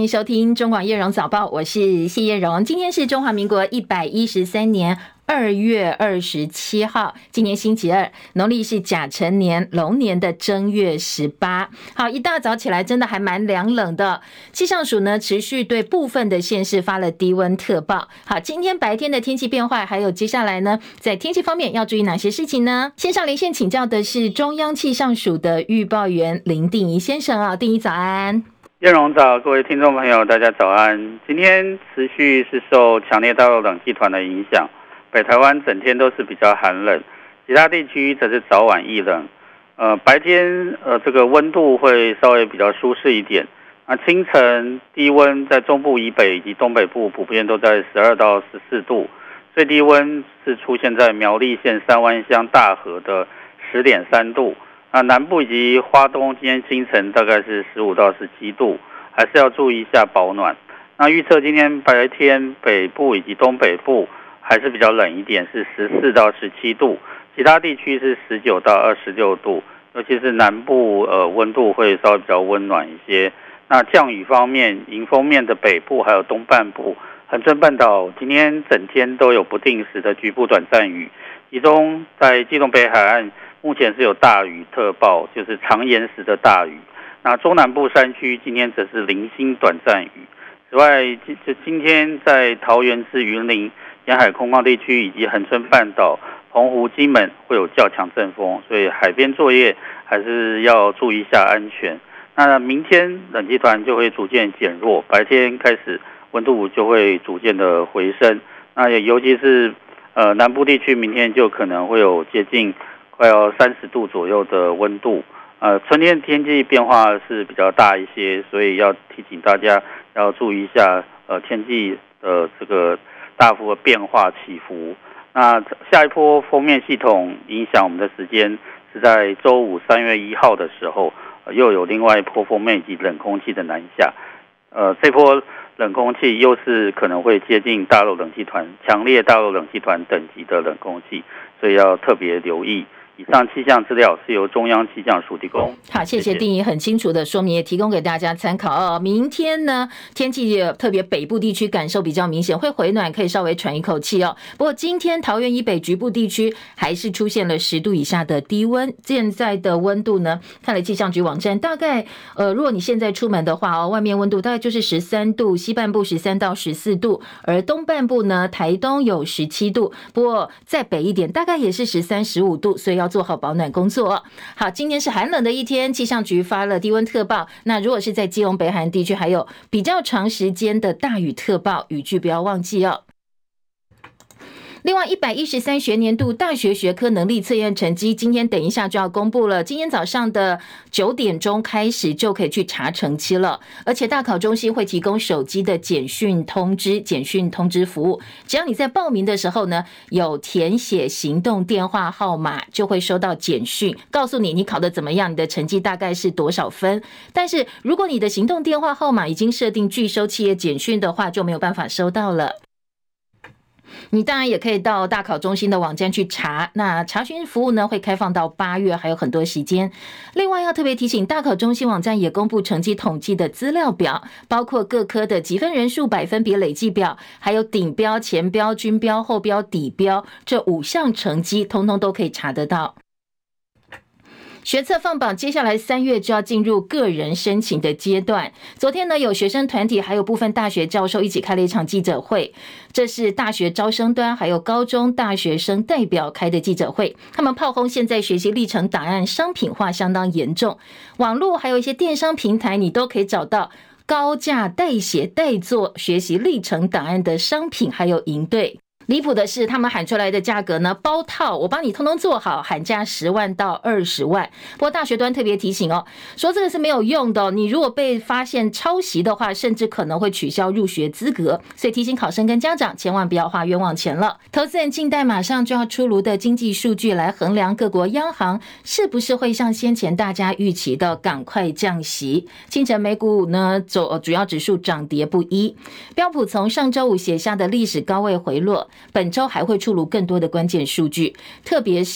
迎收听中广叶荣早报，我是谢叶荣。今天是中华民国113年2月27号，今年星期二，农历是甲辰年龙年的正月18。好，一大早起来真的还蛮凉冷的。气象署呢持续对部分的县市发了低温特报。好，今天白天的天气变化，还有接下来呢在天气方面要注意哪些事情呢？线上连线请教的是中央气象署的预报员林定仪先生啊，定仪早安。 叶荣早，各位听众朋友大家早安。今天持续是受强烈大陆冷气团的影响，北台湾整天都是比较寒冷，其他地区则是早晚异冷。白天这个温度会稍微比较舒适一点。清晨低温在中部以北以及东北部普遍都在12到14度，最低温是出现在苗栗县三湾乡大河的10.3度。南部以及花东今天清晨大概是15到17度，还是要注意一下保暖。预测今天白天北部以及东北部还是比较冷一点，是14到17度，其他地区是19到26度，尤其是南部温度会稍微比较温暖一些。降雨方面，迎风面的北部还有东半部、恒春半岛今天整天都有不定时的局部短暂雨，其中在基隆北海岸目前是有大雨特报，就是长延时的大雨。中南部山区今天则是零星短暂雨。此外，今天在桃园至云林沿海空旷地区以及恒春半岛、澎湖、金门会有较强阵风，所以海边作业还是要注意一下安全。明天冷气团就会逐渐减弱，白天开始温度就会逐渐的回升。也尤其是南部地区，明天就可能会有接近快要30度左右的温度。春天天气变化是比较大一些，所以要提醒大家要注意一下天气的这个大幅的变化起伏。下一波锋面系统影响我们的时间是在周五3月1号的时候，又有另外一波锋面以及冷空气的南下。这波冷空气又是可能会接近大陆冷气团、强烈大陆冷气团等级的冷空气，所以要特别留意。以上气象资料是由中央气象署提供。 好，谢谢定仪很清楚的说明，也提供给大家参考哦。明天呢，天气特别北部地区感受比较明显，会回暖，可以稍微喘一口气哦。不过今天桃园以北局部地区还是出现了10度以下的低温。现在的温度呢，看了气象局网站，大概如果你现在出门的话外面温度大概就是13度，西半部13到14度，而东半部呢，台东有17度，不过再北一点大概也是13、15度，所以要做好保暖工作。好，今天是寒冷的一天，气象局发了低温特报。那如果是在基隆北海岸地区，还有比较长时间的大雨特报，雨具不要忘记哦。另外113学年度大学学科能力测验成绩今天等一下就要公布了，今天早上的9点钟开始就可以去查成绩了，而且大考中心会提供手机的简讯通知服务，只要你在报名的时候呢有填写行动电话号码，就会收到简讯告诉你考得怎么样，你的成绩大概是多少分。但是如果你的行动电话号码已经设定拒收企业简讯的话，就没有办法收到了。你当然也可以到大考中心的网站去查，那查询服务呢会开放到8月，还有很多时间。另外要特别提醒，大考中心网站也公布成绩统计的资料表，包括各科的积分人数百分比累计表，还有顶标、前标、均标、后标、底标，这5项成绩通通都可以查得到。学测放榜，接下来3月就要进入个人申请的阶段。昨天呢，有学生团体还有部分大学教授一起开了一场记者会，这是大学招生端还有高中大学生代表开的记者会。他们炮轰现在学习历程档案商品化相当严重，网络还有一些电商平台你都可以找到高价代写代做学习历程档案的商品还有营队。离谱的是，他们喊出来的价格呢，包套我帮你通通做好，喊价10万到20万。不过大学端特别提醒说这个是没有用的你如果被发现抄袭的话，甚至可能会取消入学资格。所以提醒考生跟家长千万不要花冤枉钱了。投资人静待马上就要出炉的经济数据来衡量各国央行是不是会像先前大家预期的赶快降息。清晨美股呢主要指数涨跌不一，标普从上周五写下的历史高位回落，本周还会出炉更多的关键数据，特别是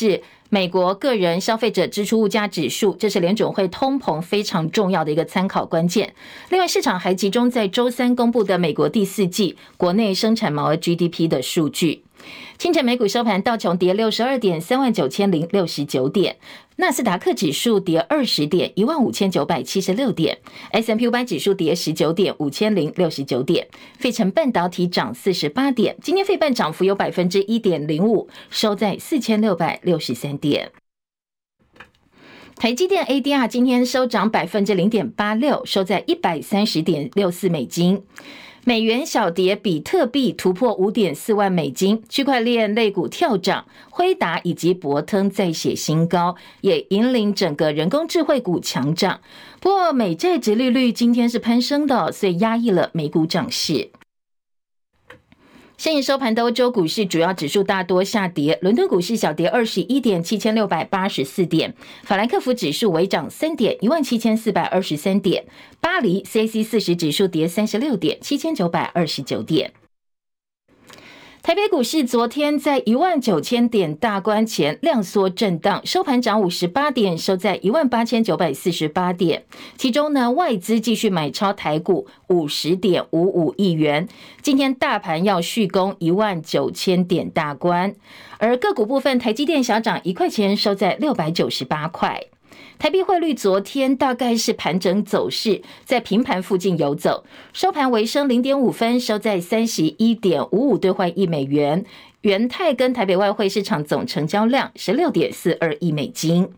美国个人消费者支出物价指数，这是联准会通膨非常重要的一个参考关键。另外，市场还集中在周三公布的美国第4季国内生产毛额 GDP 的数据。清晨美股收盘，道琼跌62点，39,069点；纳斯达克指数跌20点，15,976点； S&P 500指数跌19点，5,069点；费城半导体涨48点，今天费半涨幅有 1.05%， 收在4,663点。台积电 ADR 今天收涨 0.86%， 收在 130.64 美金。美元小跌，比特币突破 5.4 万美金，区块链类股跳涨，辉达以及博腾再写新高，也引领整个人工智慧股强涨。不过美债殖利率今天是攀升的，所以压抑了美股涨势。现已收盘的欧洲股市主要指数大多下跌，伦敦股市小跌21点，7684点；法兰克福指数微涨3点，17423点；巴黎 CAC 40指数跌36点，7929点。台北股市昨天在19000点大关前量缩震荡，收盘涨58点，收在18948点。其中呢，外资继续买超台股50.55亿元。今天大盘要续攻19000点大关，而个股部分，台积电小涨1块钱，收在698块。台币汇率昨天大概是盘整走势，在平盘附近游走，收盘微升 0.5 分，收在 31.55 兑换1美元。元泰跟台北外汇市场总成交量 16.42 亿美金。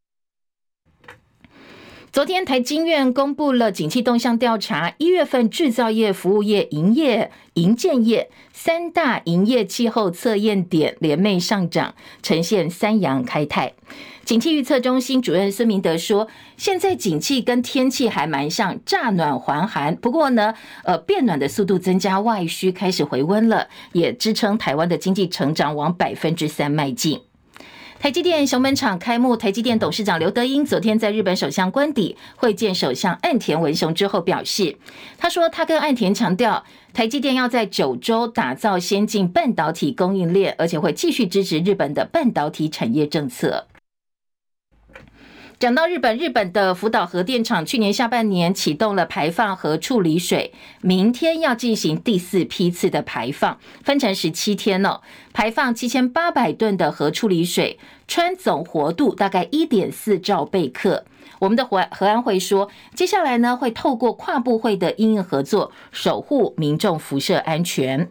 昨天台经院公布了景气动向调查，1月份制造业、服务业、营建业3大营业气候测验点连袂上涨，呈现3阳开泰。景气预测中心主任孙明德说，现在景气跟天气还蛮像，乍暖还寒，不过呢变暖的速度增加，外需开始回温了，也支撑台湾的经济成长往 3% 迈进。台积电熊本厂开幕，台积电董事长刘德英昨天在日本首相官邸会见首相岸田文雄之后表示，他说他跟岸田强调，台积电要在9州打造先进半导体供应链，而且会继续支持日本的半导体产业政策。讲到日本的福岛核电厂去年下半年启动了排放核处理水，明天要进行第4批次的排放，分成17天哦，排放7800吨的核处理水，氚总活度大概 1.4 兆贝克。我们的核安会说，接下来呢会透过跨部会的因应合作，守护民众辐射安全。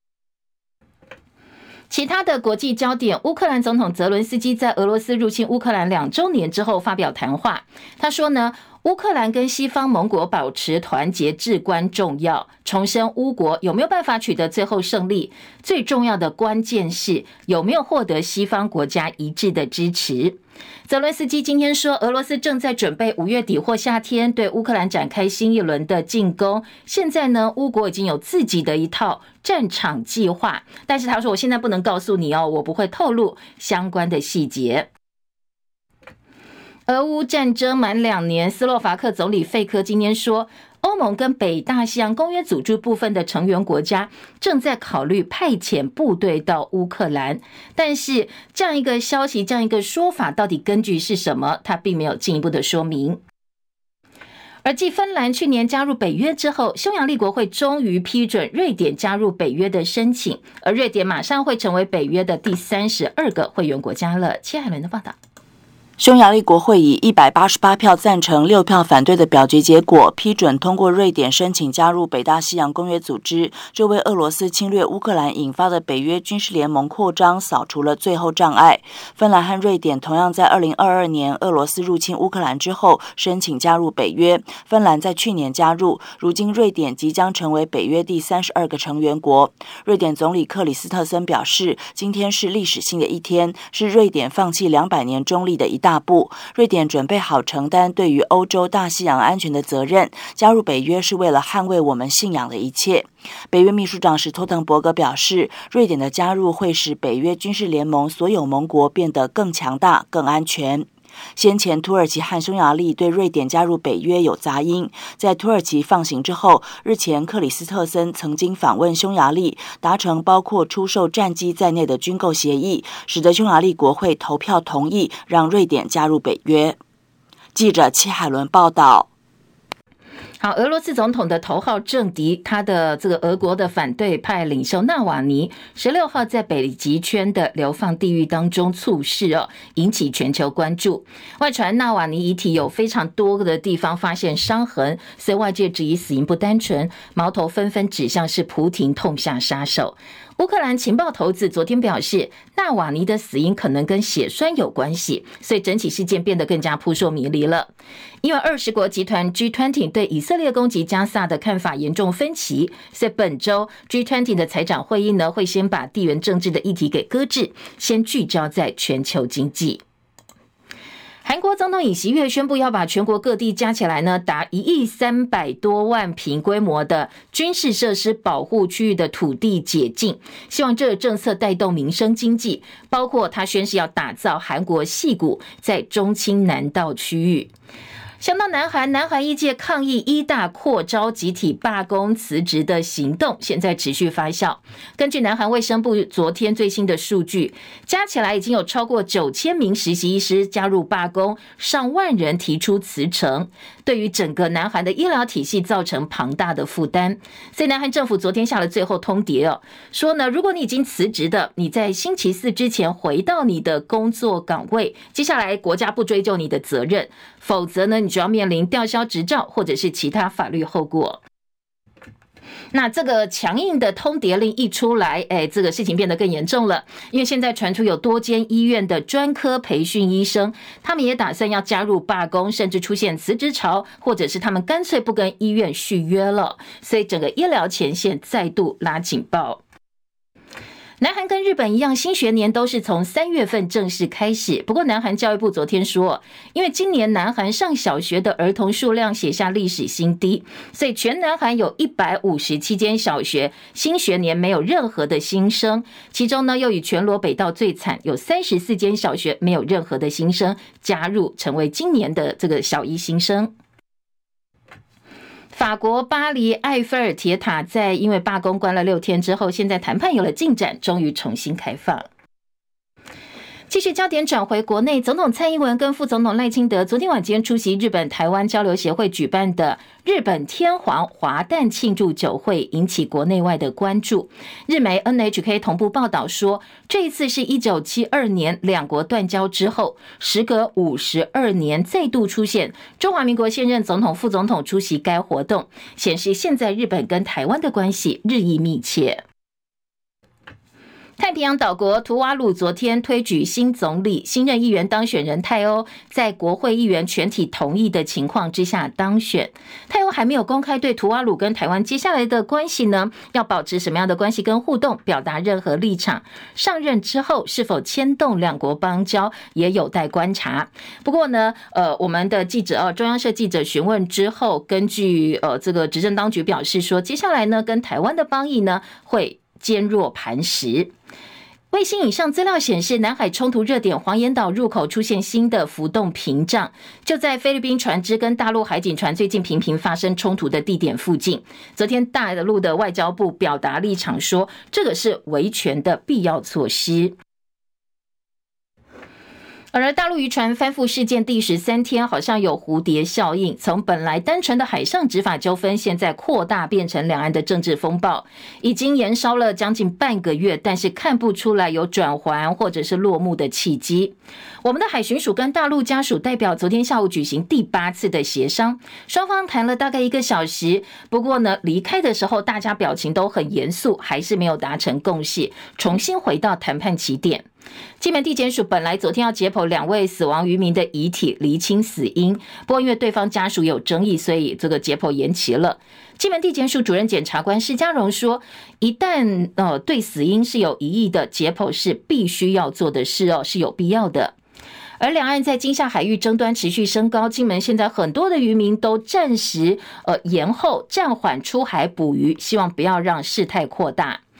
其他的国际焦点，乌克兰总统泽伦斯基在俄罗斯入侵乌克兰2周年之后发表谈话，他说呢，乌克兰跟西方盟国保持团结至关重要，重申乌国有没有办法取得最后胜利，最重要的关键是有没有获得西方国家一致的支持。泽伦斯基今天说，俄罗斯正在准备5月底或夏天对乌克兰展开新一轮的进攻，现在呢，乌国已经有自己的一套战场计划，但是他说我现在不能告诉你哦，我不会透露相关的细节。俄乌战争满2年，斯洛伐克总理费科今天说，欧盟跟北大西洋公约组织部分的成员国家正在考虑派遣部队到乌克兰，但是这样一个消息，这样一个说法到底根据是什么，他并没有进一步的说明。而继芬兰去年加入北约之后，匈牙利国会终于批准瑞典加入北约的申请，而瑞典马上会成为北约的第32个会员国家了。切海伦的报道。 匈牙利国会以188票赞成、6票反对的表决结果，批准通过瑞典申请加入北大西洋公约组织，这为俄罗斯侵略乌克兰引发的北约军事联盟扩张扫除了最后障碍。芬兰和瑞典同样在2022年俄罗斯入侵乌克兰之后申请加入北约，芬兰在去年加入，如今瑞典即将成为北约第32个成员国。瑞典总理克里斯特森表示，今天是历史性的一天，是瑞典放弃200年中立的一大步，瑞典准备好承担对于欧洲大西洋安全的责任，加入北约是为了捍卫我们信仰的一切。北约秘书长史托滕伯格表示，瑞典的加入会使北约军事联盟所有盟国变得更强大、更安全。 先前土耳其和匈牙利对瑞典加入北约有杂音，在土耳其放行之后，日前克里斯特森曾经访问匈牙利，达成包括出售战机在内的军购协议，使得匈牙利国会投票同意让瑞典加入北约。记者戚海伦报道。 好，俄罗斯总统的头号政敌，他的这个俄国的反对派领袖纳瓦尼16号在北极圈的流放地狱当中猝逝引起全球关注。外传纳瓦尼遗体有非常多的地方发现伤痕，所以外界质疑死因不单纯，矛头纷纷指向是普廷痛下杀手。乌克兰情报头子昨天表示，纳瓦尼的死因可能跟血栓有关系，所以整起事件变得更加扑朔迷离了。因为20国集团 G20 对以色列攻击加萨的看法严重分歧，所以本周 G20 的财长会议呢，会先把地缘政治的议题给搁置，先聚焦在全球经济。韩国总统尹锡悦宣布要把全国各地加起来呢达1.3亿多万坪规模的军事设施保护区域的土地解禁，希望这个政策带动民生经济，包括他宣示要打造韩国矽谷在中清南道区域。想到南韩一届抗议一大扩招集体罢工辞职的行动现在持续发酵。根据南韩卫生部昨天最新的数据，加起来已经有超过9000名实习医师加入罢工，上万人提出辞呈，对于整个南韩的医疗体系造成庞大的负担。所以南韩政府昨天下了最后通牒说呢，如果你已经辞职的，你在星期4之前回到你的工作岗位，接下来国家不追究你的责任，否则呢，你就要面临吊销执照或者是其他法律后果。那这个强硬的通牒令一出来，这个事情变得更严重了，因为现在传出有多间医院的专科培训医生，他们也打算要加入罢工，甚至出现辞职潮，或者是他们干脆不跟医院续约了，所以整个医疗前线再度拉警报。南韩跟日本一样，新学年都是从3月份正式开始。不过南韩教育部昨天说，因为今年南韩上小学的儿童数量写下历史新低，所以全南韩有157间小学新学年没有任何的新生，其中呢又以全罗北道最惨，有34间小学没有任何的新生加入，成为今年的这个小一新生。法国巴黎埃菲尔铁塔在因为罢工关了6天之后，现在谈判有了进展，终于重新开放。继续焦点转回国内，总统蔡英文跟副总统赖清德昨天晚间出席日本台湾交流协会举办的日本天皇华诞庆祝酒会，引起国内外的关注。日媒 NHK 同步报道说，这一次是1972年两国断交之后，时隔52年再度出现中华民国现任总统、副总统出席该活动，显示现在日本跟台湾的关系日益密切。太平洋岛国图瓦鲁昨天推举新总理，新任议员当选人泰欧在国会议员全体同意的情况之下当选。泰欧还没有公开对图瓦鲁跟台湾接下来的关系呢，要保持什么样的关系跟互动，表达任何立场。上任之后是否牵动两国邦交，也有待观察。不过呢，我们的记者中央社记者询问之后，根据这个执政当局表示说，接下来呢跟台湾的邦谊呢会坚若磐石。卫星影像资料显示，南海冲突热点黄岩岛入口出现新的浮动屏障，就在菲律宾船只跟大陆海警船最近频频发生冲突的地点附近。昨天大陆的外交部表达立场说，这个是维权的必要措施。而大陆渔船翻覆事件第13天，好像有蝴蝶效应，从本来单纯的海上执法纠纷，现在扩大变成两岸的政治风暴，已经延烧了将近半个月，但是看不出来有转圜或者是落幕的契机。我们的海巡署跟大陆家属代表昨天下午举行第8次的协商，双方谈了大概1个小时，不过呢，离开的时候大家表情都很严肃，还是没有达成共识，重新回到谈判起点。金门地检署本来昨天要解剖2位死亡渔民的遗体，厘清死因，不过因为对方家属有争议，所以这个解剖延期了。金门地检署主任检察官施家荣说，一旦对死因是有疑义的，解剖是必须要做的事是有必要的。而两岸在金厦海域争端持续升高，金门现在很多的渔民都暂时延后暂缓出海捕鱼，希望不要让事态扩大。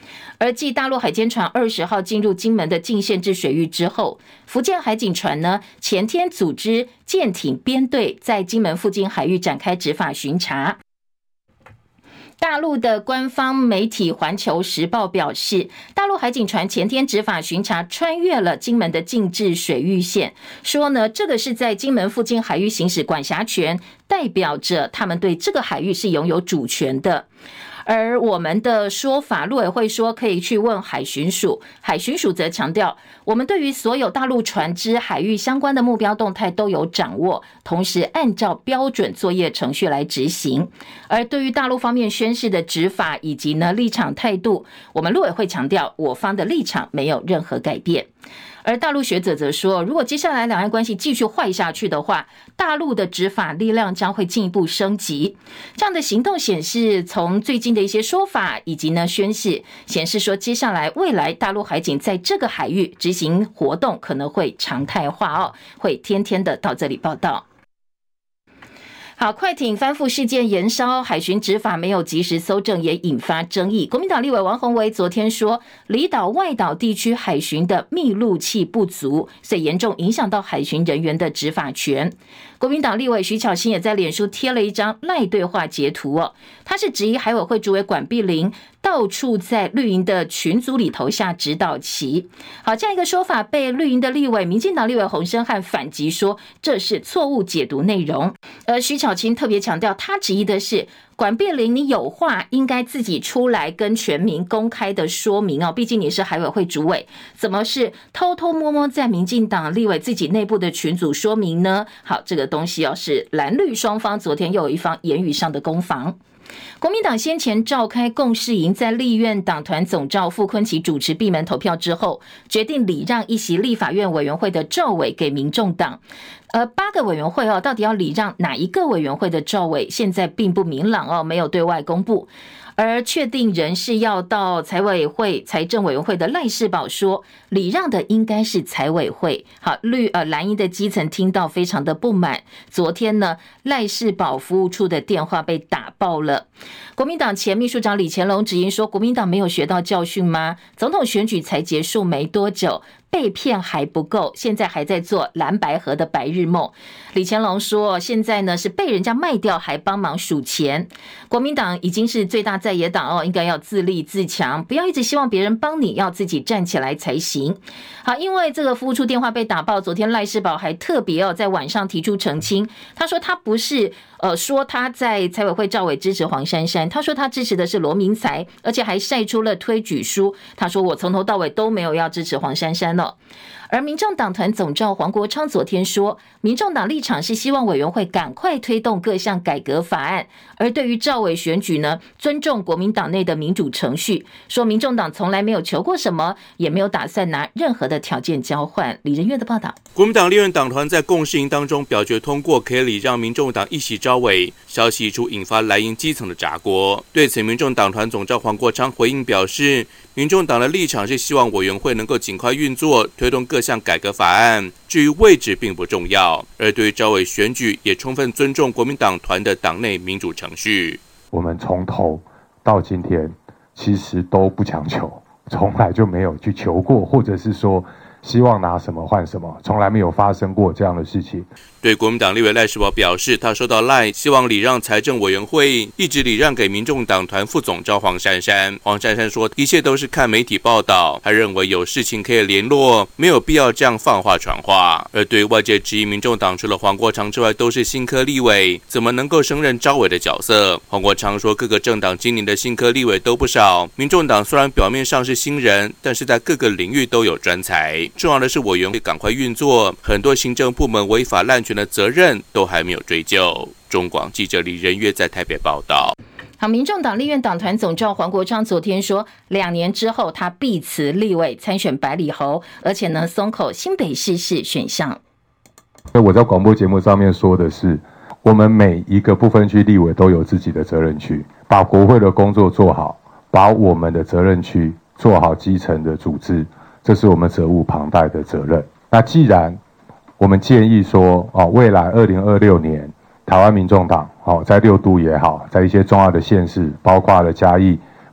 而继大陆海监船20号进入金门的禁限制水域之后，福建海警船呢前天组织舰艇编队在金门附近海域展开执法巡查。大陆的官方媒体《环球时报》表示，大陆海警船前天执法巡查穿越了金门的禁制水域线，说呢，这个是在金门附近海域行使管辖权，代表着他们对这个海域是拥有主权的。而我们的说法，陆委会说可以去问海巡署，海巡署则强调，我们对于所有大陆船只海域相关的目标动态都有掌握，同时按照标准作业程序来执行。而对于大陆方面宣示的执法以及呢立场态度，我们陆委会强调，我方的立场没有任何改变。而大陆学者则说，如果接下来两岸关系继续坏下去的话，大陆的执法力量将会进一步升级。这样的行动显示，从最近的一些说法以及呢宣示，显示说接下来未来大陆海警在这个海域执行活动可能会常态化哦，会天天的到这里报道。好，快艇翻覆事件延烧，海巡执法没有及时搜证，也引发争议。国民党立委王宏维昨天说，离岛外岛地区海巡的密录器不足，所以严重影响到海巡人员的执法权。国民党立委徐巧芯也在脸书贴了一张赖对话截图哦，他是质疑海委会主委管碧玲到处在绿营的群组里头下指导棋。好，这样一个说法被绿营的立委民进党立委洪申翰反击说这是错误解读内容。而徐巧芯特别强调，他质疑的是管碧玲，你有话应该自己出来跟全民公开的说明哦，毕竟你是海委会主委，怎么是偷偷摸摸在民进党立委自己内部的群组说明呢？好，这个东西哦是蓝绿双方昨天又有一方言语上的攻防。国民党先前召开共识营，在立院党团总召傅崑萁主持闭门投票之后，决定礼让一席立法院委员会的召委给民众党。8个委员会到底要礼让哪一个委员会的召委，现在并不明朗没有对外公布。而确定人是要到财委会、财政委员会的赖士葆说，礼让的应该是财委会。好，蓝营的基层听到非常的不满。昨天呢，赖士葆服务处的电话被打爆了。国民党前秘书长李乾龙质疑说，国民党没有学到教训吗？总统选举才结束没多久，被骗还不够，现在还在做蓝白合的白日梦。李乾龙说，现在呢是被人家卖掉，还帮忙数钱。国民党已经是最大在野党应该要自立自强，不要一直希望别人帮你，要自己站起来才行。好，因为这个服务处电话被打爆，昨天赖士葆还特别在晚上提出澄清，他说他不是说他在财委会召委支持黄珊珊，他说他支持的是罗明才，而且还晒出了推举书，他说我从头到尾都没有要支持黄珊珊了。而民众党团总召黄国昌昨天说，民众党立场是希望委员会赶快推动各项改革法案，而对于召委选举呢，尊重国民党内的民主程序，说民众党从来没有求过什么，也没有打算拿任何的条件交换。李仁岳的报道。 国民党立院党团在共识营当中表决通过，可以礼让民众党一席召委，消息一出引发蓝营基层的炸锅。对此，民众党团总召黄国昌回应表示，民众党的立场是希望委员会能够尽快运作，推动各项改革法案，至于位置并不重要。而对于召委选举，也充分尊重国民党团的党内民主程序。 我们从头到今天其实都不强求，从来就没有去求过，或者是说希望拿什么换什么，从来没有发生过这样的事情。 对国民党立委赖士葆表示，他收到赖希望礼让财政委员会，一直礼让给民众党团副总召黄珊珊。黄珊珊说，一切都是看媒体报道，他认为有事情可以联络，没有必要这样放话传话。而对于外界质疑民众党除了黄国昌之外都是新科立委，怎么能够胜任召委的角色？黄国昌说，各个政党今年的新科立委都不少，民众党虽然表面上是新人，但是在各个领域都有专才。重要的是委员会赶快运作，很多行政部门违法滥权的责任都还没有追究。中广记者李仁岳在台北报道。 好，民众党立院党团总召黄国昌昨天说，2年之后他必辞立委参选百里侯，而且呢松口新北市市选项。 我在广播节目上面说的是，我们每一个不分区立委都有自己的责任区，把国会的工作做好，把我们的责任区做好基层的组织，这是我们责无旁贷的责任。那既然我们建议说，未来2026年台湾民众党在6都也好，在一些重要的县市，包括了嘉义，包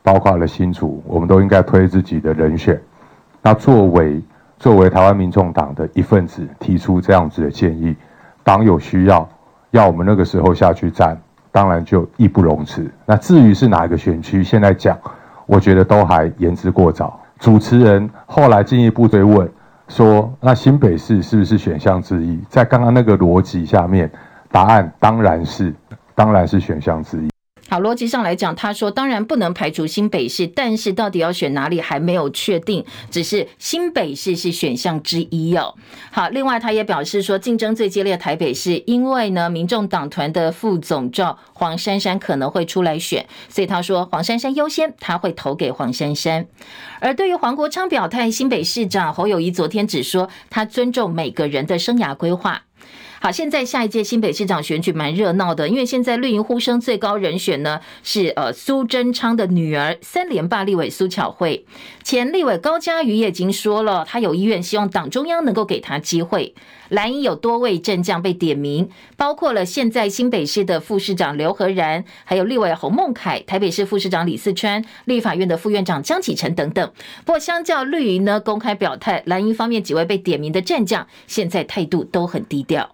包括了新竹，我们都应该推自己的人选。那作为台湾民众党的一份子，提出这样子的建议，党有需要我们那个时候下去站，当然就义不容辞。那至于是哪一个选区，现在讲，我觉得都还言之过早。主持人后来进一步追问说，那新北市是不是选项之一？在刚刚那个逻辑下面，答案当然是选项之一。 好，逻辑上来讲，他说当然不能排除新北市，但是到底要选哪里还没有确定，只是新北市是选项之一哦。好，另外他也表示说，竞争最激烈的台北市，因为呢民众党团的副总召黄珊珊可能会出来选，所以他说黄珊珊优先，他会投给黄珊珊。而对于黄国昌表态，新北市长侯友宜昨天只说他尊重每个人的生涯规划。好，现在下一届新北市长选举蛮热闹的，因为现在绿营呼声最高人选呢是苏贞昌的女儿3连霸立委苏巧慧，前立委高嘉瑜也已经说了，他有意愿希望党中央能够给他机会。蓝营有多位政将被点名，包括了现在新北市的副市长刘和然，还有立委洪孟凯，台北市副市长李四川，立法院的副院长江启臣等等。不过相较绿营呢公开表态，蓝营方面几位被点名的战将现在态度都很低调。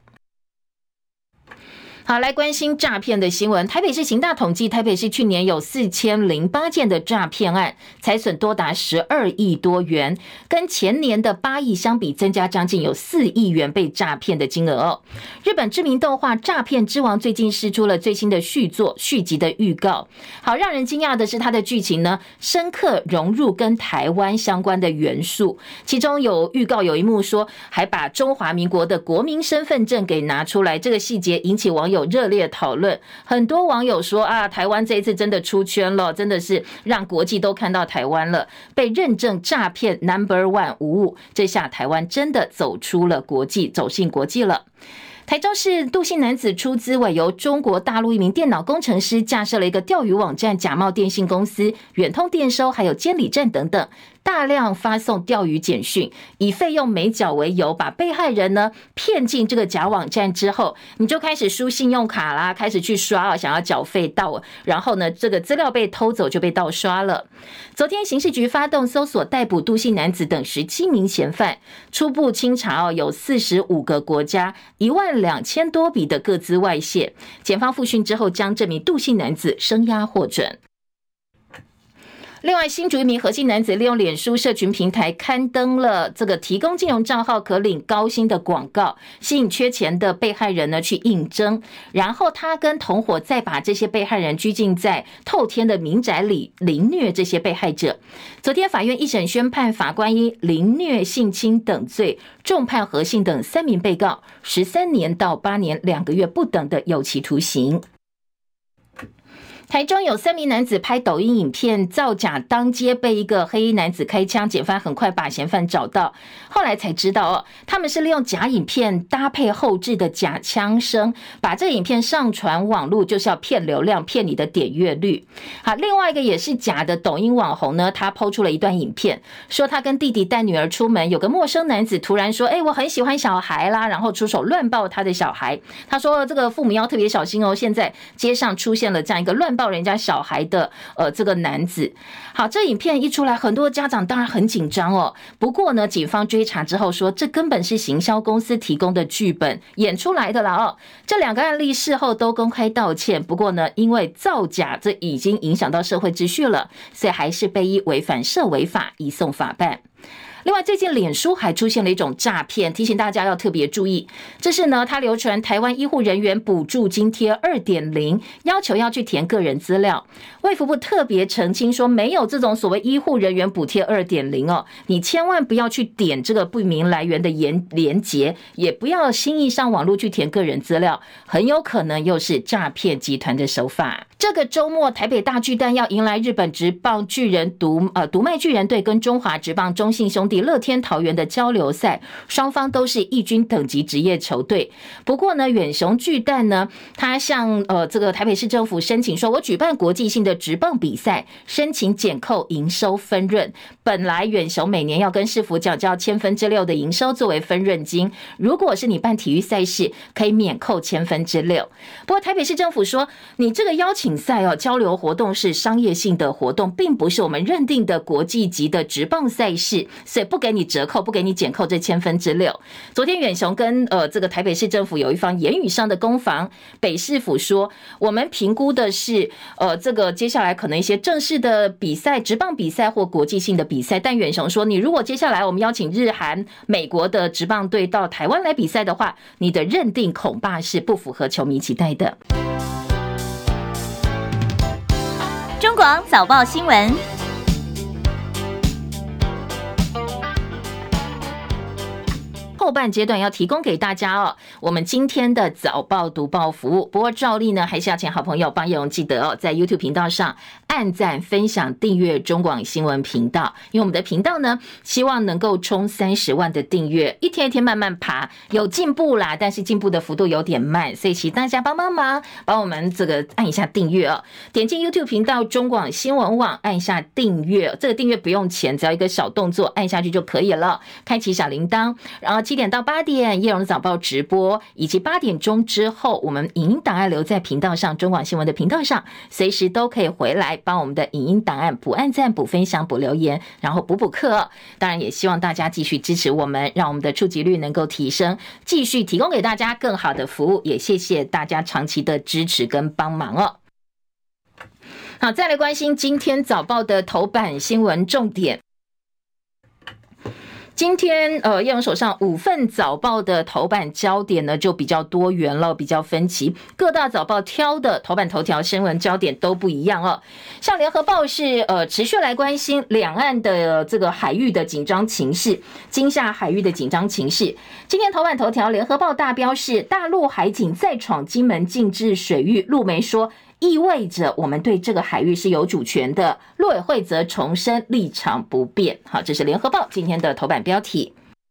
好，来关心诈骗的新闻。台北市刑大统计，台北市去年有4008件的诈骗案，财损多达12亿多元，跟前年的8亿相比，增加将近有4亿元被诈骗的金额哦。日本知名动画《诈骗之王》最近释出了最新的续集的预告。好，让人惊讶的是，它的剧情呢，深刻融入跟台湾相关的元素。其中有预告有一幕说，还把中华民国的国民身份证给拿出来，这个细节引起网友热烈讨论。很多网友说啊，台湾这一次真的出圈了，真的是让国际都看到台湾了，被认证诈骗 No.1 无误，这下台湾真的走出了国际，走进国际了。台中市杜姓男子出资委由中国大陆一名电脑工程师架设了一个钓鱼网站，假冒电信公司、远通电收还有监理站等等，大量发送钓鱼简讯，以费用没缴为由，把被害人呢骗进这个假网站之后，你就开始输信用卡啦，开始去刷想要缴费到，然后呢这个资料被偷走就被盗刷了。昨天刑事局发动搜索，逮捕杜姓男子等17名嫌犯，初步清查有45个国家12000多笔的个资外泄，检方复讯之后将这名杜姓男子声押获准。另外，新竹一名核心男子利用脸书社群平台刊登了这个提供金融账号可领高薪的广告，吸引缺钱的被害人呢去应征，然后他跟同伙再把这些被害人拘禁在透天的民宅里凌虐这些被害者。昨天法院一审宣判，法官依凌虐、性侵等罪重判何姓等3名被告13年到8年2个月不等的有期徒刑。台中有3名男子拍抖音影片造假当街被一个黑衣男子开枪，检方很快把嫌犯找到，后来才知道他们是利用假影片搭配后制的假枪声，把这影片上传网络，就是要骗流量，骗你的点阅率。好，另外一个也是假的抖音网红呢，他抛出了一段影片，说他跟弟弟带女儿出门，有个陌生男子突然说我很喜欢小孩啦，然后出手乱抱他的小孩。他说这个父母要特别小心哦，现在街上出现了这样一个乱抱人家小孩的这个男子。好，这影片一出来，很多家长当然很紧张哦。不过呢，警方追查之后说，这根本是行销公司提供的剧本演出来的啦哦。这2个案例事后都公开道歉，不过呢，因为造假这已经影响到社会秩序了，所以还是被依违反社维法移送法办。另外，最近脸书还出现了一种诈骗，提醒大家要特别注意。这是呢，它流传台湾医护人员补助津贴 2.0， 要求要去填个人资料。卫福部特别澄清说，没有这种所谓医护人员补贴 2.0 哦，你千万不要去点这个不明来源的连结，也不要轻易上网络去填个人资料，很有可能又是诈骗集团的手法。这个周末，台北大巨蛋要迎来日本职棒巨人独卖巨人队跟中华职棒中信兄弟乐天桃园的交流赛，双方都是一军等级职业球队。不过呢，远雄巨蛋呢，他向这个台北市政府申请说，我举办国际性的职棒比赛，申请减扣营收分润。本来远雄每年要跟市府缴交6%的营收作为分润金，如果是你办体育赛事，可以免扣6%。不过台北市政府说，你这个邀请请赛哦，交流活动是商业性的活动，并不是我们认定的国际级的职棒赛事，所以不给你折扣，不给你减扣这6/1000。昨天远雄跟这个台北市政府有一方言语上的攻防，北市府说我们评估的是这个接下来可能一些正式的比赛，职棒比赛或国际性的比赛，但远雄说你如果接下来我们邀请日韩美国的职棒队到台湾来比赛的话，你的认定恐怕是不符合球迷期待的。 中广早报新闻。 后半阶段要提供给大家哦，我们今天的早报读报服务。不过照例呢，还是要请好朋友帮叶蓉记得哦，在 YouTube 频道上按赞、分享、订阅中广新闻频道，因为我们的频道呢，希望能够冲30万的订阅，一天一天慢慢爬，有进步啦，但是进步的幅度有点慢，所以请大家帮忙，帮我们这个按一下订阅哦，点进 YouTube 频道中广新闻网，按一下订阅，这个订阅不用钱，只要一个小动作按下去就可以了，开启小铃铛，然后7点到8点叶蓉早报直播，以及8点钟之后我们影音档案留在频道上，中广新闻的频道上，随时都可以回来帮我们的影音档案补按赞、补分享、补留言，然后补课。当然也希望大家继续支持我们，让我们的触及率能够提升，继续提供给大家更好的服务，也谢谢大家长期的支持跟帮忙哦。好，再来关心今天早报的头版新闻重点。今天叶蓉手上5份早报的头版焦点呢就比较多元了，比较分歧，各大早报挑的头版头条新闻焦点都不一样哦。像联合报是持续来关心两岸的这个海域的紧张情势，金厦海域的紧张情势。今天头版头条联合报大标是大陆海警再闯金门禁制水域，陆媒说意味着我们对这个海域是有主权的，陆委会则重申立场不变。好，这是联合报今天的头版标题。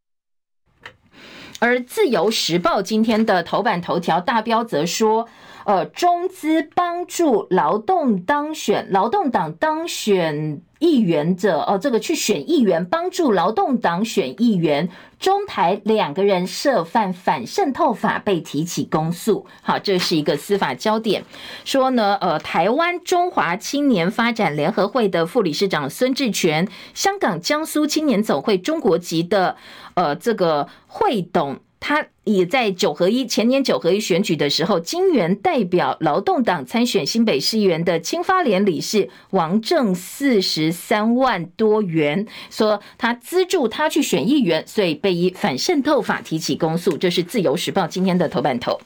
而自由时报今天的头版头条大标则说中资帮助劳动党当选议员者这个去选议员，帮助劳动党选议员，中台2个人涉犯反渗透法被提起公诉。好，这是一个司法焦点。说呢台湾中华青年发展联合会的副理事长孙志全，香港江苏青年总会中国籍的这个会董，他也在前年9合1选举的时候，金援代表劳动党参选新北市议员的青发联理事王正43万多元，说他资助他去选议员，所以被以反渗透法提起公诉。这是自由时报今天的头版头。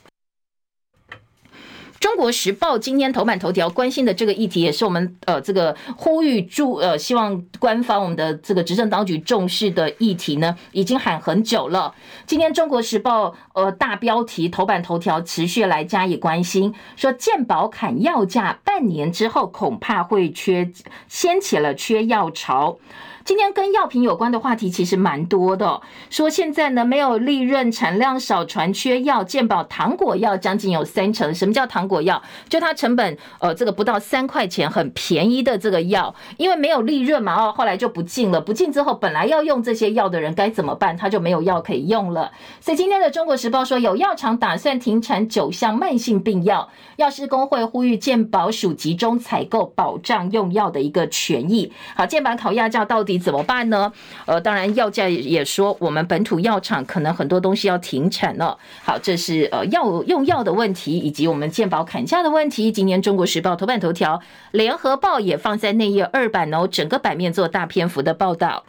中国时报今天头版头条关心的这个议题，也是我们这个呼吁希望官方我们的这个执政当局重视的议题呢，已经喊很久了。今天中国时报大标题头版头条持续来加以关心，说健保砍药价半年之后恐怕会掀起了缺药潮。今天跟药品有关的话题其实蛮多的说现在呢没有利润，产量少，传缺药，健保糖果药将近有30%。什么叫糖果药？就它成本这个不到3块钱，很便宜的这个药，因为没有利润嘛后来就不进了，不进之后本来要用这些药的人该怎么办？他就没有药可以用了。所以今天的中国时报说，有药厂打算停产9项慢性病药，药师工会呼吁健保署集中采购，保障用药的一个权益。好，健保讨药价到底怎么办呢？当然药价也说我们本土药厂可能很多东西要停产了。好，这是用药的问题，以及我们健保砍价的问题。今年中国时报头版头条，联合报也放在内页2版整个版面做大篇幅的报道。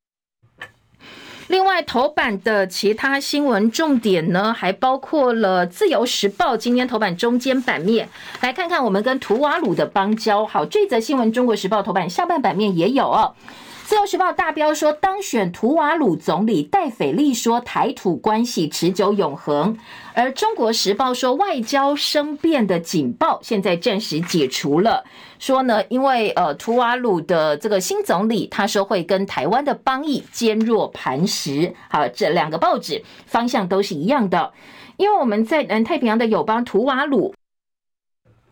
另外头版的其他新闻重点呢，还包括了自由时报今天头版中间版面，来看看我们跟图瓦鲁的邦交。好，这则新闻中国时报头版下半版面也有自由时报大标说，当选图瓦鲁总理戴斐利说台土关系持久永恒。而中国时报说，外交生变的警报现在暂时解除了，说呢因为图瓦鲁的这个新总理他说会跟台湾的邦谊坚若磐石。好，这2个报纸方向都是一样的，因为我们在南太平洋的友邦图瓦鲁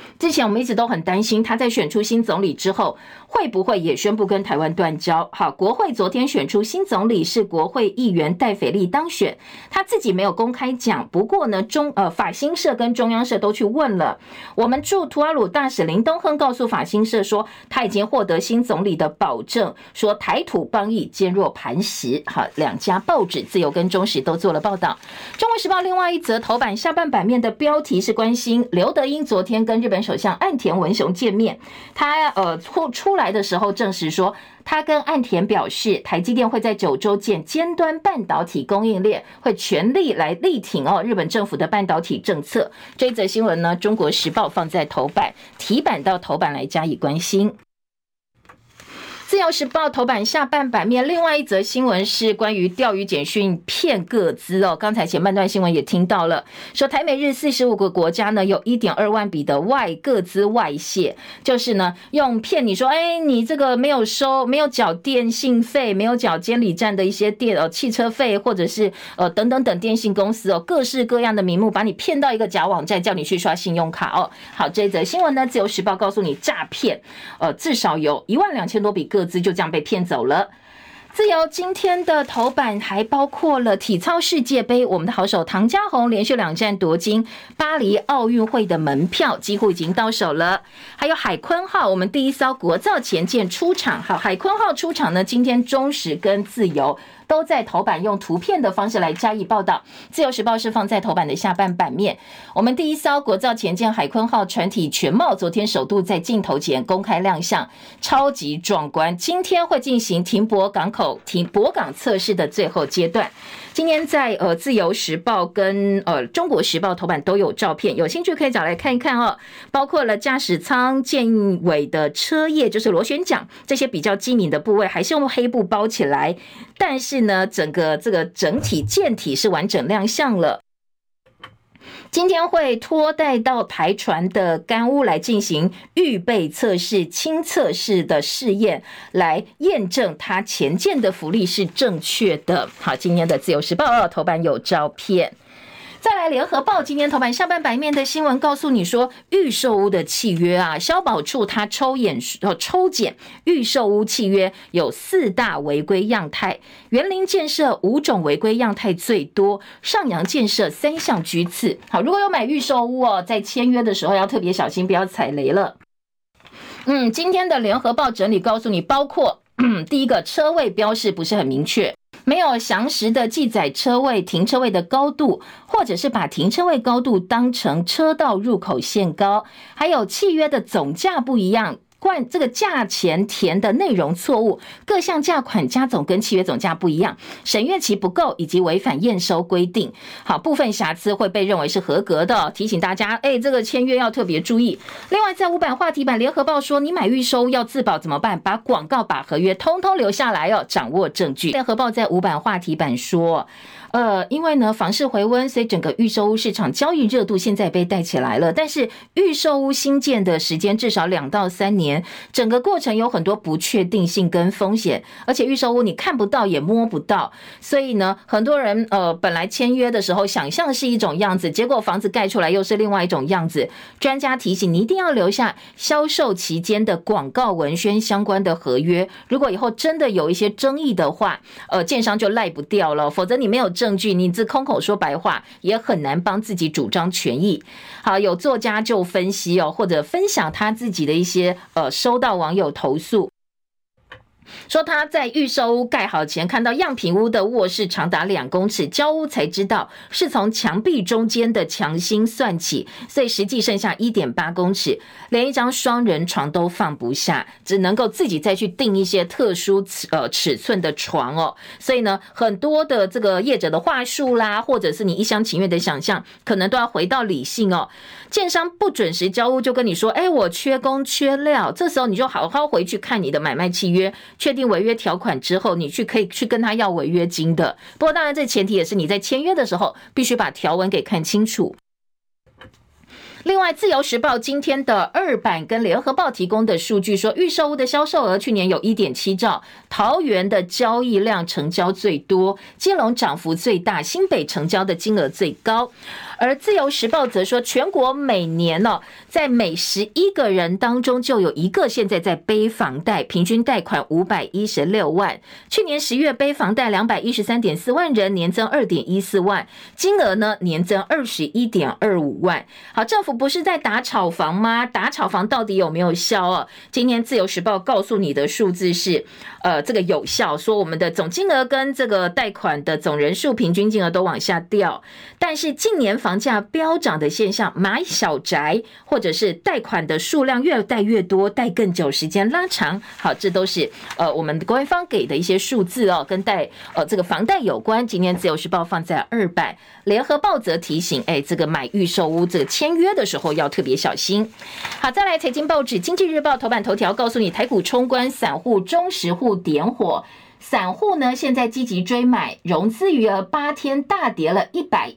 之前我们一直都很担心，他在选出新总理之后，会不会也宣布跟台湾断交？好，国会昨天选出新总理是国会议员戴斐利当选，他自己没有公开讲，不过呢，法新社跟中央社都去问了。我们驻图瓦鲁大使林东亨告诉法新社说，他已经获得新总理的保证，说台土邦谊坚若磐石。好，两家报纸自由跟中时都做了报道。中国时报另外一则头版下半版面的标题是关心刘德英昨天跟日本首相岸田文雄见面，他出来的时候证实说，他跟岸田表示，台积电会在9州建尖端半导体供应链，会全力来力挺日本政府的半导体政策。这一则新闻呢，中国时报放在头版，题版到头版来加以关心。自由时报头版下半版面，另外一则新闻是关于钓鱼简讯骗个资刚才前半段新闻也听到了，说台美日45个国家呢有 1.2 万笔的个资外泄，就是呢用骗你说，你这个没有缴电信费，没有缴监理站的一些汽车费，或者是等等等电信公司各式各样的名目，把你骗到一个假网站，叫你去刷信用卡好，这一则新闻呢，自由时报告诉你诈骗，至少有12000多笔个资就这样被骗走了。自由今天的头版还包括了体操世界杯，我们的好手唐嘉宏连续2战夺金，巴黎奥运会的门票几乎已经到手了。还有海鲲号，我们第一艘国造潜舰出场。好，海鲲号出场呢，今天中时跟自由都在头版用图片的方式来加以报道。自由时报是放在头版的下半版面。我们第一艘国造潜舰海鲲号船体全貌昨天首度在镜头前公开亮相，超级壮观。今天会进行停泊港测试的最后阶段。今天在自由时报跟中国时报头版都有照片，有兴趣可以找来看一看包括了驾驶舱、舰尾的车叶，就是螺旋桨这些比较机敏的部位，还是用黑布包起来，但是呢，整个这个整体舰体是完整亮相了。今天会拖带到台船的干屋来进行预备测试、轻测试的试验，来验证它前舰的浮力是正确的。好，今天的自由时报头版有照片。再来联合报今天头版下半版面的新闻告诉你说，预售屋的契约消保处它抽检预售屋契约有4大违规样态，园林建设5种违规样态最多，上扬建设3项居次。好，如果有买预售屋在签约的时候要特别小心，不要踩雷了。今天的联合报整理告诉你，包括第一个，车位标示不是很明确，没有详实的记载停车位的高度，或者是把停车位高度当成车道入口限高，还有契约的总价不一样，这个价钱填的内容错误，各项价款加总跟契约总价不一样，审阅期不够，以及违反验收规定。好，部分瑕疵会被认为是合格的，提醒大家这个签约要特别注意。另外在5版话题版，联合报说你买预售要自保怎么办？把广告把合约通通留下来掌握证据。联合报在5版话题版说因为呢房市回温，所以整个预售屋市场交易热度现在被带起来了，但是预售屋新建的时间至少2到3年，整个过程有很多不确定性跟风险，而且预售屋你看不到也摸不到，所以呢很多人本来签约的时候想象是一种样子，结果房子盖出来又是另外一种样子。专家提醒你一定要留下销售期间的广告文宣相关的合约，如果以后真的有一些争议的话建商就赖不掉了，否则你没有证据，你只空口说白话，也很难帮自己主张权益。好，有作家就分析或者分享他自己的一些收到网友投诉，说他在预售屋盖好前看到样品屋的卧室长达2公尺，交屋才知道是从墙壁中间的墙心算起，所以实际剩下 1.8 公尺，连一张双人床都放不下，只能够自己再去订一些特殊尺寸的床所以呢很多的这个业者的话术啦，或者是你一厢情愿的想象，可能都要回到理性建商不准时交屋就跟你说我缺工缺料，这时候你就好好回去看你的买卖契约，确定违约条款之后，你可以去跟他要违约金的。不过当然这前提也是你在签约的时候必须把条文给看清楚。另外自由时报今天的2版跟联合报提供的数据说，预售屋的销售额去年有 1.7 兆，桃园的交易量成交最多，基隆涨幅最大，新北成交的金额最高。 而自由时报则说，全国每年在每11个人当中就有1个现在在背房贷，平均贷款516万。去年10月背房贷213.4万人，年增2.14万，金额呢年增21.25万。好，政府不是在打炒房吗？打炒房到底有没有效今天自由时报告诉你的数字是这个有效，说我们的总金额跟这个贷款的总人数平均金额都往下掉，但是近年房价飙涨的现象，买小宅或者是贷款的数量越贷越多，贷更久，时间拉长。好，这都是我们官方给的一些数字跟这个房贷有关。今天自由时报放在200，联合报则提醒，这个买预售屋这个签约的时候要特别小心。好，再来财经报纸，经济日报头版头条告诉你，台股冲关，散户、中实户点火。散户呢现在积极追买，融资余额8天大跌了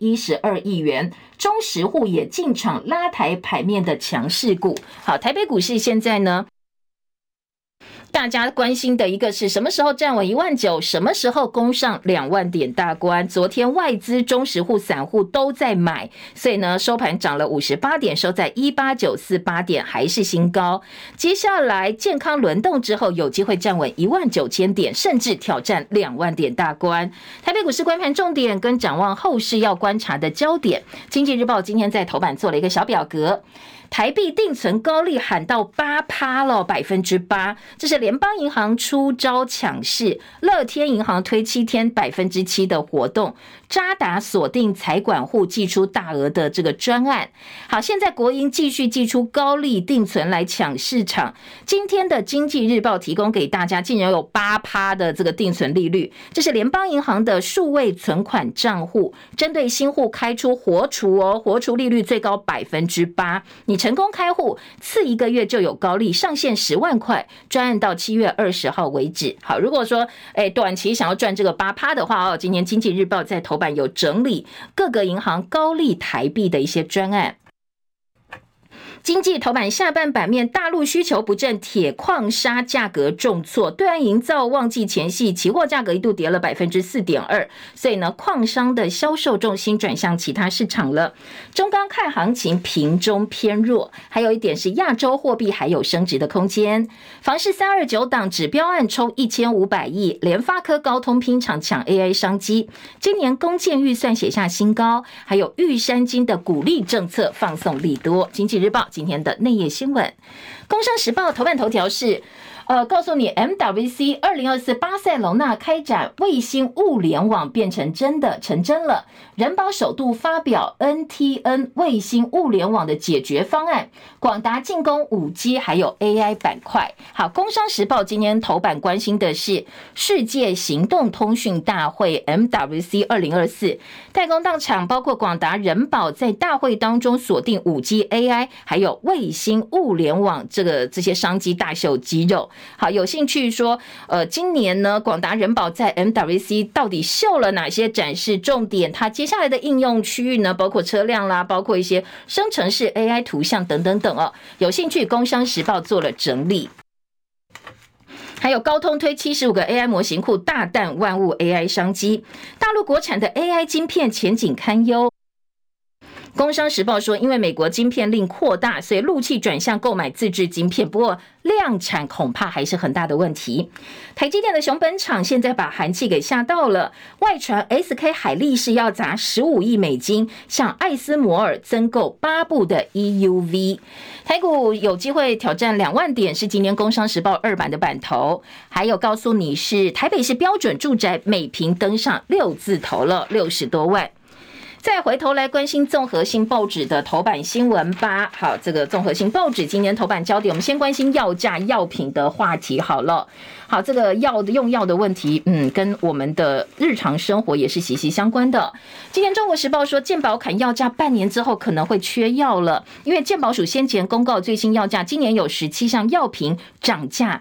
112亿元，中实户也进场拉抬盘面的强势股。好，台北股市现在呢，大家关心的一个是什么时候站稳19000，什么时候攻上2万点大关。昨天外资、中实户、散户都在买，所以呢收盘涨了58点，收在18948点，还是新高。接下来健康轮动之后，有机会站稳19000点，甚至挑战2万点大关。台北股市观盘重点跟展望后市要观察的焦点，经济日报今天在头版做了一个小表格。台币定存高利喊到8%了，8%，这是联邦银行出招抢市，乐天银行推7天7%的活动，渣打锁定财管户寄出大额的这个专案。好，现在国银继续寄出高利定存来抢市场。今天的经济日报提供给大家，竟然有8%的这个定存利率，这是联邦银行的数位存款账户，针对新户开出活储活储利率最高8%，你成功开户次1个月就有高利，上限10万块，专案到7月20号为止。好，如果说短期想要赚这个8%的话今天经济日报在头版有整理各个银行高利台币的一些专案。经济头版下半版面，大陆需求不振，铁矿砂价格重挫，对岸营造旺季前夕，期货价格一度跌了 4.2%， 所以呢，矿商的销售重心转向其他市场了。中钢看行情平中偏弱，还有一点是亚洲货币还有升值的空间。房市329档指标案冲1500亿，联发科、高通拼场抢 AI 商机，今年公建预算写下新高，还有玉山金的鼓励政策放送利多。经济日报今天的内页新闻，工商时报头版头条是告诉你 MWC 2024巴塞隆纳开展卫星物联网变成真的，成真了。人保首度发表 NTN 卫星物联网的解决方案，广达进攻 5G 还有 AI 板块。好，工商时报今天头版关心的是世界行动通讯大会 MWC 2024，代工到场包括广达、人保，在大会当中锁定 5G、AI 还有卫星物联网这些商机大秀肌肉。好，有兴趣说今年呢广达、人保在 MWC 到底秀了哪些展示重点，它接下来的应用区域呢，包括车辆啦，包括一些生成式 AI 图像等等等有兴趣工商时报做了整理。还有高通推75个 AI 模型库，大啖万物 AI 商机，大陆国产的 AI 晶片前景堪忧。工商时报说，因为美国晶片令扩大，所以陆企转向购买自制晶片，不过量产恐怕还是很大的问题。台积电的熊本厂现在把韩企给吓到了，外传 SK 海力士要砸15亿美金向艾斯摩尔增购8部的 EUV。台股有机会挑战2万点，是今天工商时报2版的版头。还有告诉你是台北市标准住宅每坪登上6字头了，60多万。再回头来关心综合性报纸的头版新闻吧。好，这个综合性报纸今天头版焦点，我们先关心药价、药品的话题好了。好，这个用药的问题，跟我们的日常生活也是息息相关的。今天中国时报说，健保砍药价半年之后可能会缺药了，因为健保署先前公告最新药价，今年有17项药品涨价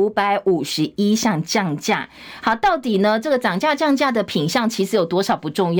，4551项降价。好，到底呢这个涨价降价的品项其实有多少不重要，你要内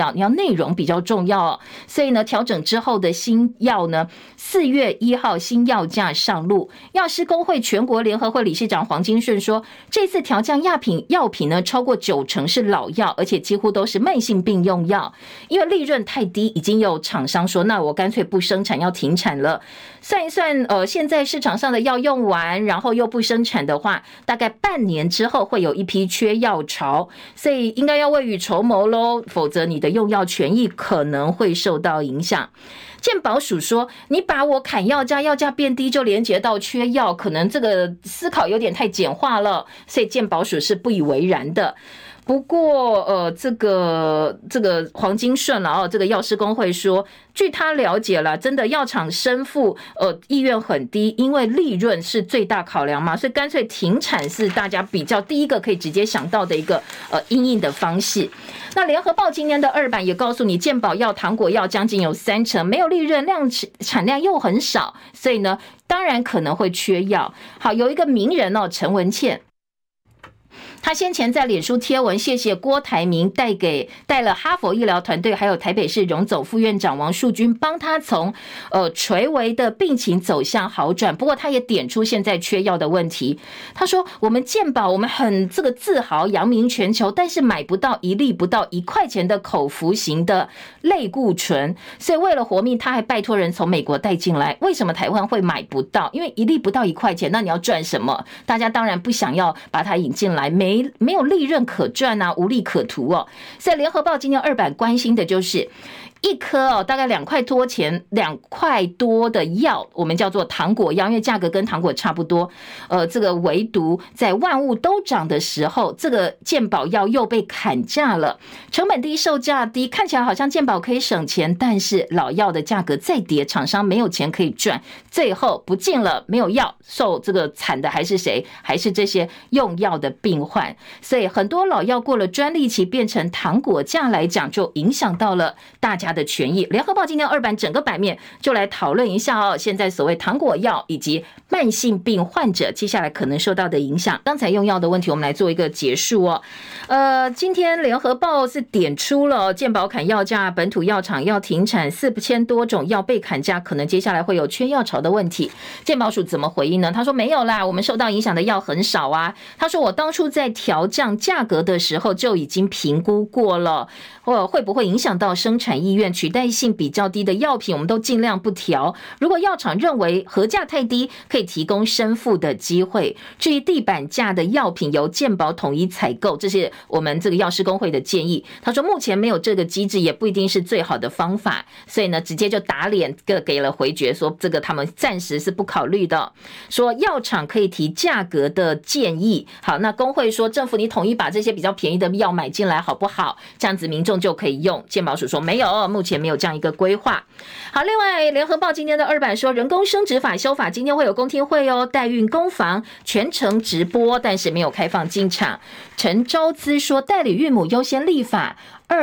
内容比较重要哦。所以呢，调整之后的新药呢，4月1号新药价上路。药师公会全国联合会理事长黄金顺说，这次调降药品呢，超过90%是老药，而且几乎都是慢性病用药，因为利润太低，已经有厂商说，那我干脆不生产，要停产了。算一算，现在市场上的药用完，然后又不生产的话，大概半年之后会有一批缺药潮，所以应该要未雨绸缪咯，否则你的用药权益可能会受到影响。健保署说，你把我砍药价，药价变低就连结到缺药，可能这个思考有点太简化了，所以健保署是不以为然的。不过，这个黄金顺了哦，这个药师公会说，据他了解了，真的药厂申复意愿很低，因为利润是最大考量嘛，所以干脆停产是大家比较第一个可以直接想到的一个因应的方式。那联合报今年的2版也告诉你，健保药、糖果药将近有30%没有利润，产量又很少，所以呢，当然可能会缺药。好，有一个名人哦，陈文茜。他先前在脸书贴文谢谢郭台铭带了哈佛医疗团队还有台北市荣总副院长王树军帮他从垂危的病情走向好转。不过他也点出现在缺药的问题。他说我们健保我们很这个自豪扬名全球，但是买不到1粒不到1块钱的口服型的类固醇，所以为了活命他还拜托人从美国带进来。为什么台湾会买不到？因为1粒不到1块钱，那你要赚什么？大家当然不想要把它引进来，没有利润可赚啊，无利可图哦。所以联合报今天2版关心的就是一颗大概2块多的药，我们叫做糖果药，因为价格跟糖果差不多。这个唯独在万物都涨的时候，这个健保药又被砍价了，成本低，售价低，看起来好像健保可以省钱，但是老药的价格再跌，厂商没有钱可以赚，最后不进了，没有药，受这个惨的还是谁？还是这些用药的病患。所以很多老药过了专利期变成糖果价来讲，就影响到了大家的权益。联合报今天2版整个版面就来讨论一下哦，现在所谓糖果药以及慢性病患者接下来可能受到的影响。刚才用药的问题我们来做一个结束哦。今天联合报是点出了健保砍药价，本土药厂要停产，4000多种药被砍价，可能接下来会有缺药潮的问题。健保署怎么回应呢？他说没有啦，我们受到影响的药很少啊。他说我当初在调降价格的时候就已经评估过了，会不会影响到生产意愿，取代性比较低的药品我们都尽量不调。如果药厂认为核价太低，可以提供申复的机会。至于地板价的药品由健保统一采购，这是我们这个药师公会的建议。他说目前没有这个机制，也不一定是最好的方法，所以呢直接就打脸给了回绝，说这个他们暂时是不考虑的，说药厂可以提价格的建议。好，那公会说政府你统一把这些比较便宜的药买进来好不好？这样子民众就可以用。健保署说没有，目前没有这样一个规划。好，另外联合报今天的2版说人工生殖法修法今天会有公听会哦，代孕公房全程直播，但是没有开放进场。陈昭姿说代理孕母优先立法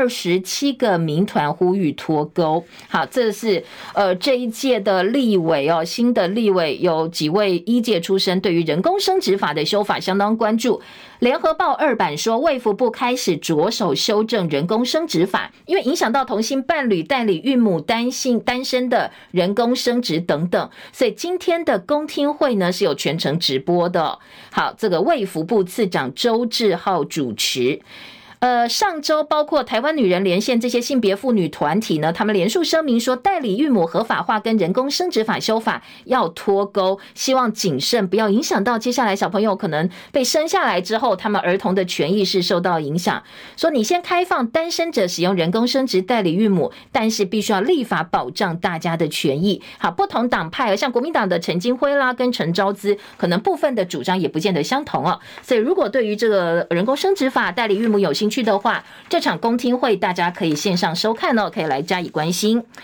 ，27个民团呼吁脱钩。好，这是这一届的立委哦，新的立委有几位医界出身，对于人工生殖法的修法相当关注。联合报2版说卫福部开始着手修正人工生殖法，因为影响到同性伴侣、代理孕母、单身的人工生殖等等，所以今天的公听会呢是有全程直播的。好，这个卫福部次长周志浩主持。上周包括台湾女人连线这些性别妇女团体呢，他们联署声明说代理孕母合法化跟人工生殖法修法要脱钩，希望谨慎，不要影响到接下来小朋友可能被生下来之后他们儿童的权益是受到影响。说你先开放单身者使用人工生殖代理孕母，但是必须要立法保障大家的权益。好，不同党派像国民党的陈金辉啦跟陈昭姿可能部分的主张也不见得相同哦。所以如果对于这个人工生殖法代理孕母有兴趣的话，这场公听会大家可以线上收看哦，可以来加以关心。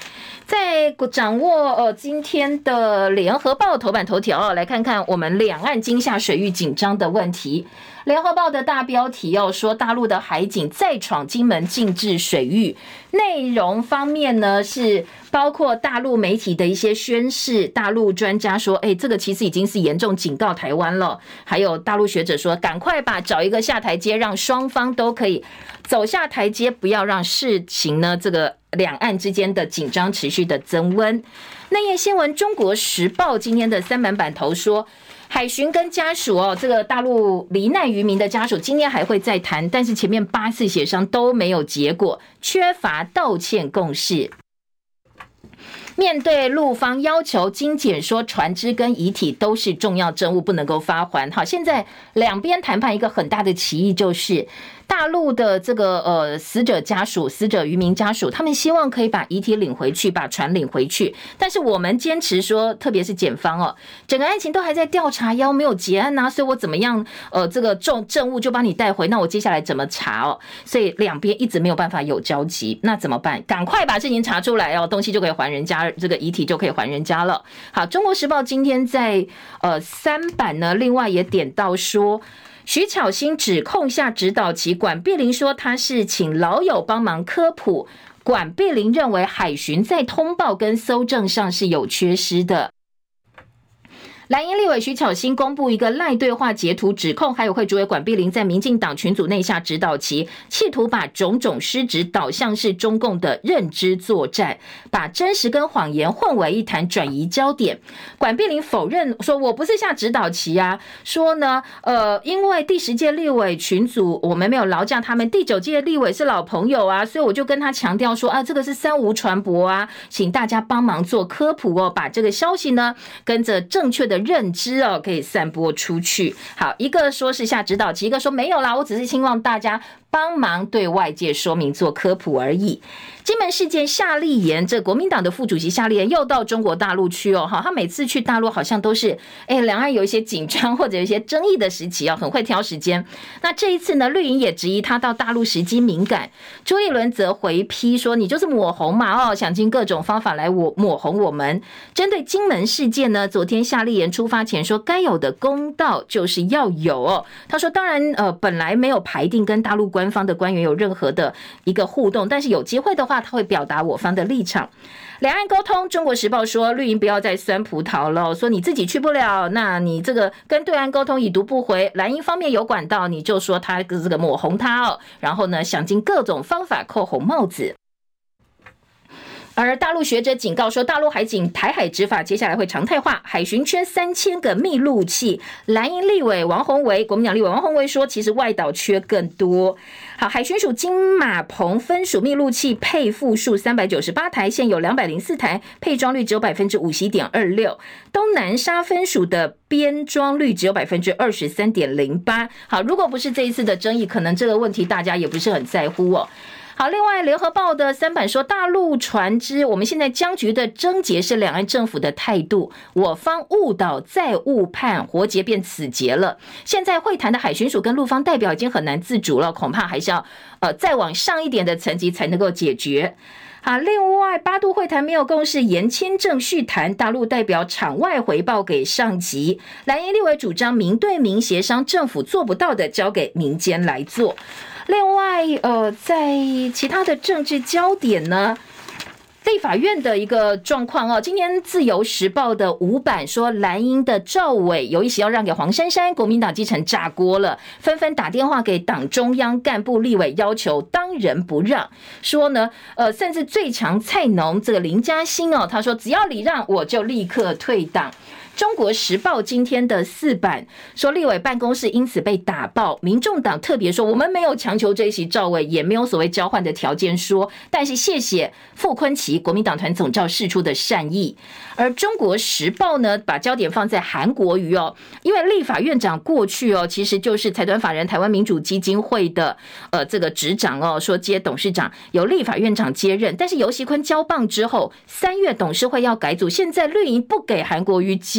在掌握今天的联合报头版头条来看看我们两岸今夏水域紧张的问题。联合报的大标题说大陆的海警再闯金门禁制水域，内容方面呢是包括大陆媒体的一些宣示，大陆专家说这个其实已经是严重警告台湾了，还有大陆学者说赶快找一个下台阶，让双方都可以走下台阶，不要让事情呢这个两岸之间的紧张持续的增温。内页新闻，中国时报今天的3版版头说，海巡跟家属这个大陆罹难渔民的家属今天还会再谈，但是前面8次协商都没有结果，缺乏道歉共识。面对陆方要求，经检说船只跟遗体都是重要证物，不能够发还。好，现在两边谈判一个很大的歧义就是大陆的这个死者家属、死者渔民家属，他们希望可以把遗体领回去，把船领回去。但是我们坚持说，特别是检方整个案情都还在调查，没有结案所以我怎么样这个证物就帮你带回，那我接下来怎么查所以两边一直没有办法有交集，那怎么办？赶快把事情查出来东西就可以还人家，这个遗体就可以还人家了。好，中国时报今天在3版呢，另外也点到说，徐巧芯指控下指导棋，管碧玲说他是请老友帮忙科普，管碧玲认为海巡在通报跟搜证上是有缺失的。蓝营立委徐巧芯公布一个赖对话截图，指控还有会主委管碧玲在民进党群组内下指导棋，企图把种种失职导向是中共的认知作战，把真实跟谎言混为一谈，转移焦点。管碧玲否认说，我不是下指导棋说呢因为第10届立委群组我们没有劳驾他们，第9届立委是老朋友所以我就跟他强调说这个是三无传播请大家帮忙做科普把这个消息呢跟着正确的认知可以散播出去。好，一个说是下指导棋，一个说没有啦，我只是希望大家帮忙对外界说明做科普而已。金门事件，夏立言这国民党的副主席夏立言又到中国大陆去他每次去大陆好像都是两岸有一些紧张或者有一些争议的时期很会挑时间。那这一次呢，绿营也质疑他到大陆时机敏感，朱立伦则回批说你就是抹红嘛想尽各种方法来抹红我们。针对金门事件呢，昨天夏立言出发前说该有的公道就是要有他说当然本来没有排定跟大陆官方的官员有任何的一个互动，但是有机会的话他会表达我方的立场。两岸沟通，中国时报说绿营不要再酸葡萄了，说你自己去不了，那你这个跟对岸沟通已读不回，蓝营方面有管道，你就说他这个抹红他然后呢想尽各种方法扣红帽子。而大陆学者警告说，大陆海警台海执法接下来会常态化，海巡缺3000个密录器。蓝营立委王宏维，国民党立委王宏维说，其实外岛缺更多。好，海巡署金马棚分署密录器配副数398台，现有204台，配装率只有 51.26%。东南沙分署的编装率只有 23.08%。好，如果不是这一次的争议，可能这个问题大家也不是很在乎好，另外联合报的3版说，大陆船只我们现在僵局的症结是两岸政府的态度，我方误导再误判，活结变死结了。现在会谈的海巡署跟陆方代表已经很难自主了，恐怕还是要再往上一点的层级才能够解决。好，另外8度会谈没有共识，延签证续谈，大陆代表场外回报给上级。蓝营立委主张民对民协商，政府做不到的交给民间来做。另外在其他的政治焦点呢，立法院的一个状况今天自由时报的5版说，蓝营的赵伟有意思要让给黄珊珊，国民党基层炸锅了，纷纷打电话给党中央干部立委，要求当仁不让，说呢甚至最强菜农这个林嘉欣他说只要礼让我就立刻退党。中国时报今天的4版说，立委办公室因此被打爆，民众党特别说我们没有强求这一席赵伟，也没有所谓交换的条件说，但是谢谢傅昆萁国民党团总召释出的善意。而中国时报呢，把焦点放在韩国瑜因为立法院长过去其实就是财团法人台湾民主基金会的这个执掌说接董事长由立法院长接任，但是游锡堃交棒之后，3月董事会要改组，现在绿营不给韩国瑜接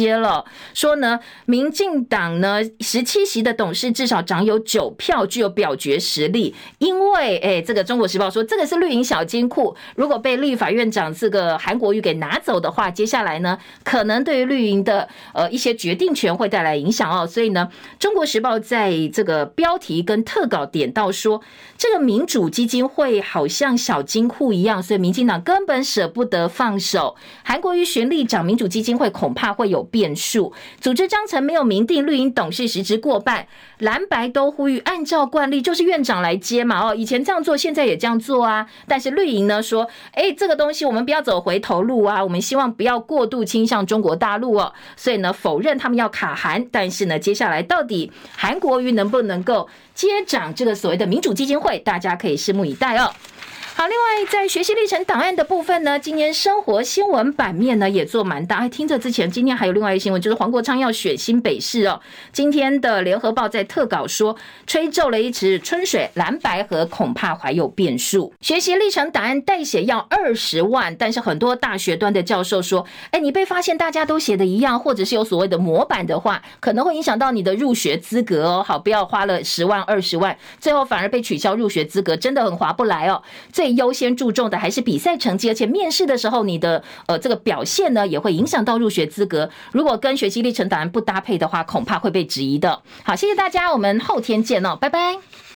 接了，说呢，民进党呢17席的董事至少掌有9票，具有表决实力。因为这个中国时报说这个是绿营小金库，如果被立法院长这个韩国瑜给拿走的话，接下来呢可能对于绿营的一些决定权会带来影响哦。所以呢，中国时报在这个标题跟特稿点到说，这个民主基金会好像小金库一样，所以民进党根本舍不得放手。韩国瑜选立长，民主基金会恐怕会有变数。组织章程没有明定绿营董事实质过半，蓝白都呼吁按照惯例就是院长来接嘛，以前这样做，现在也这样做啊。但是绿营呢说，这个东西我们不要走回头路啊，我们希望不要过度倾向中国大陆哦，所以呢否认他们要卡韩。但是呢，接下来到底韩国瑜能不能够接掌这个所谓的民主基金会，大家可以拭目以待哦。好，另外在学习历程档案的部分呢，今年生活新闻版面呢也做蛮大。听着之前，今天还有另外一个新闻，就是黄国昌要选新北市哦。今天的联合报在特稿说，吹皱了一池春水，蓝白河恐怕还有变数。学习历程档案代写要20万，但是很多大学端的教授说，你被发现大家都写的一样，或者是有所谓的模板的话，可能会影响到你的入学资格哦。好，不要花了10万20万，最后反而被取消入学资格，真的很划不来哦。最优先注重的还是比赛成绩，而且面试的时候你的这个表现呢也会影响到入学资格。如果跟学习历程档案不搭配的话，恐怕会被质疑的。好，谢谢大家，我们后天见哦，拜拜。